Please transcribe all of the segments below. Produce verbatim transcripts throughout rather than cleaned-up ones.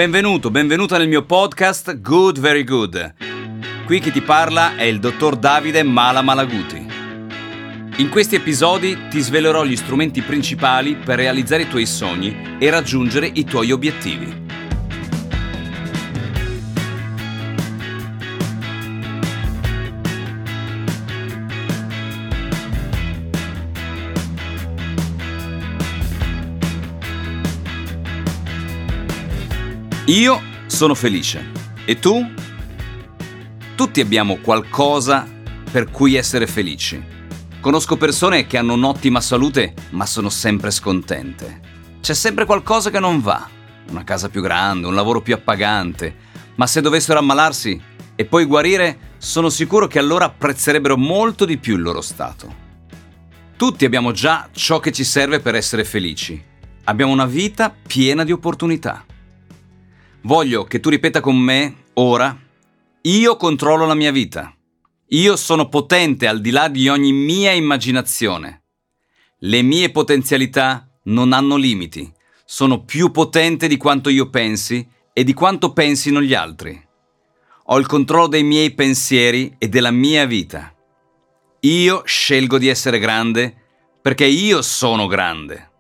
Benvenuto, benvenuta nel mio podcast Good Very Good. Qui chi ti parla è il dottor Davide Mala Malaguti. In questi episodi ti svelerò gli strumenti principali per realizzare i tuoi sogni e raggiungere i tuoi obiettivi. Io sono felice. E tu? Tutti abbiamo qualcosa per cui essere felici. Conosco persone che hanno un'ottima salute, ma sono sempre scontente. C'è sempre qualcosa che non va. Una casa più grande, un lavoro più appagante. Ma se dovessero ammalarsi e poi guarire, sono sicuro che allora apprezzerebbero molto di più il loro stato. Tutti abbiamo già ciò che ci serve per essere felici. Abbiamo una vita piena di opportunità. Voglio che tu ripeta con me, ora, io controllo la mia vita. Io sono potente al di là di ogni mia immaginazione. Le mie potenzialità non hanno limiti. Sono più potente di quanto io pensi e di quanto pensino gli altri. Ho il controllo dei miei pensieri e della mia vita. Io scelgo di essere grande perché io sono grande.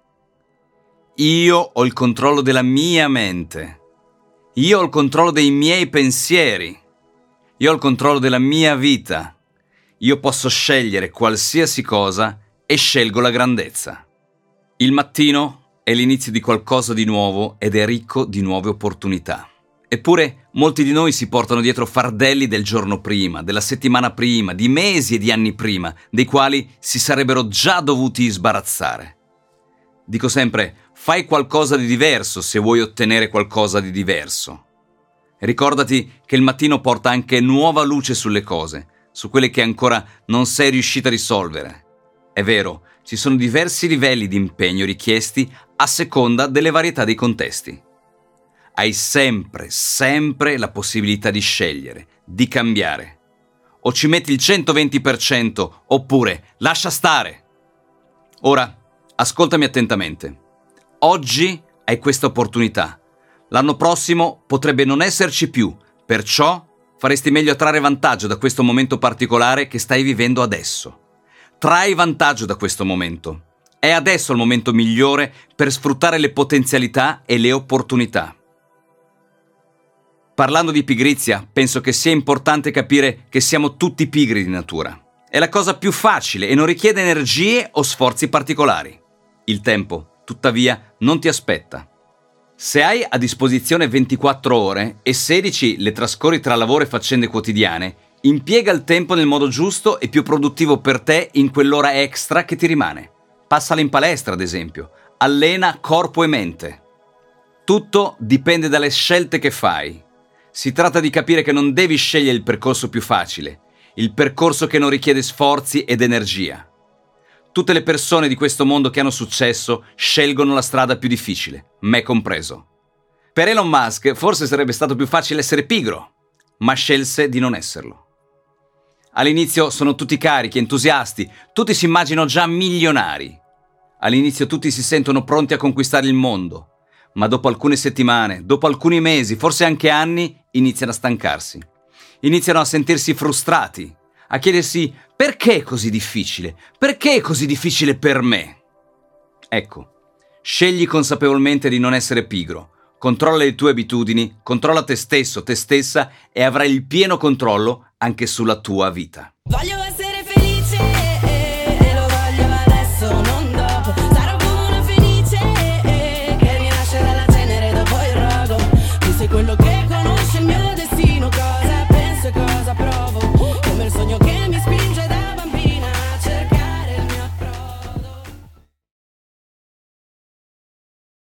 Io ho il controllo della mia mente. Io ho il controllo dei miei pensieri. Io ho il controllo della mia vita. Io posso scegliere qualsiasi cosa e scelgo la grandezza. Il mattino è l'inizio di qualcosa di nuovo ed è ricco di nuove opportunità. Eppure molti di noi si portano dietro fardelli del giorno prima, della settimana prima, di mesi e di anni prima, dei quali si sarebbero già dovuti sbarazzare. Dico sempre, fai qualcosa di diverso se vuoi ottenere qualcosa di diverso. Ricordati che il mattino porta anche nuova luce sulle cose, su quelle che ancora non sei riuscita a risolvere. È vero, ci sono diversi livelli di impegno richiesti a seconda delle varietà dei contesti. Hai sempre, sempre la possibilità di scegliere, di cambiare. O ci metti il centoventi per cento oppure lascia stare. Ora, ascoltami attentamente. Oggi hai questa opportunità. L'anno prossimo potrebbe non esserci più, perciò faresti meglio a trarre vantaggio da questo momento particolare che stai vivendo adesso. Trai vantaggio da questo momento. È adesso il momento migliore per sfruttare le potenzialità e le opportunità. Parlando di pigrizia, penso che sia importante capire che siamo tutti pigri di natura. È la cosa più facile e non richiede energie o sforzi particolari. Il tempo, tuttavia, non ti aspetta. Se hai a disposizione ventiquattro ore e sedici le trascorri tra lavoro e faccende quotidiane, impiega il tempo nel modo giusto e più produttivo per te in quell'ora extra che ti rimane. Passala in palestra, ad esempio. Allena corpo e mente. Tutto dipende dalle scelte che fai. Si tratta di capire che non devi scegliere il percorso più facile, il percorso che non richiede sforzi ed energia. Tutte le persone di questo mondo che hanno successo scelgono la strada più difficile, me compreso. Per Elon Musk forse sarebbe stato più facile essere pigro, ma scelse di non esserlo. All'inizio sono tutti carichi, entusiasti, tutti si immaginano già milionari. All'inizio tutti si sentono pronti a conquistare il mondo, ma dopo alcune settimane, dopo alcuni mesi, forse anche anni, iniziano a stancarsi. Iniziano a sentirsi frustrati, a chiedersi perché è così difficile? Perché è così difficile per me? Ecco, scegli consapevolmente di non essere pigro, controlla le tue abitudini, controlla te stesso, te stessa e avrai il pieno controllo anche sulla tua vita. Voglio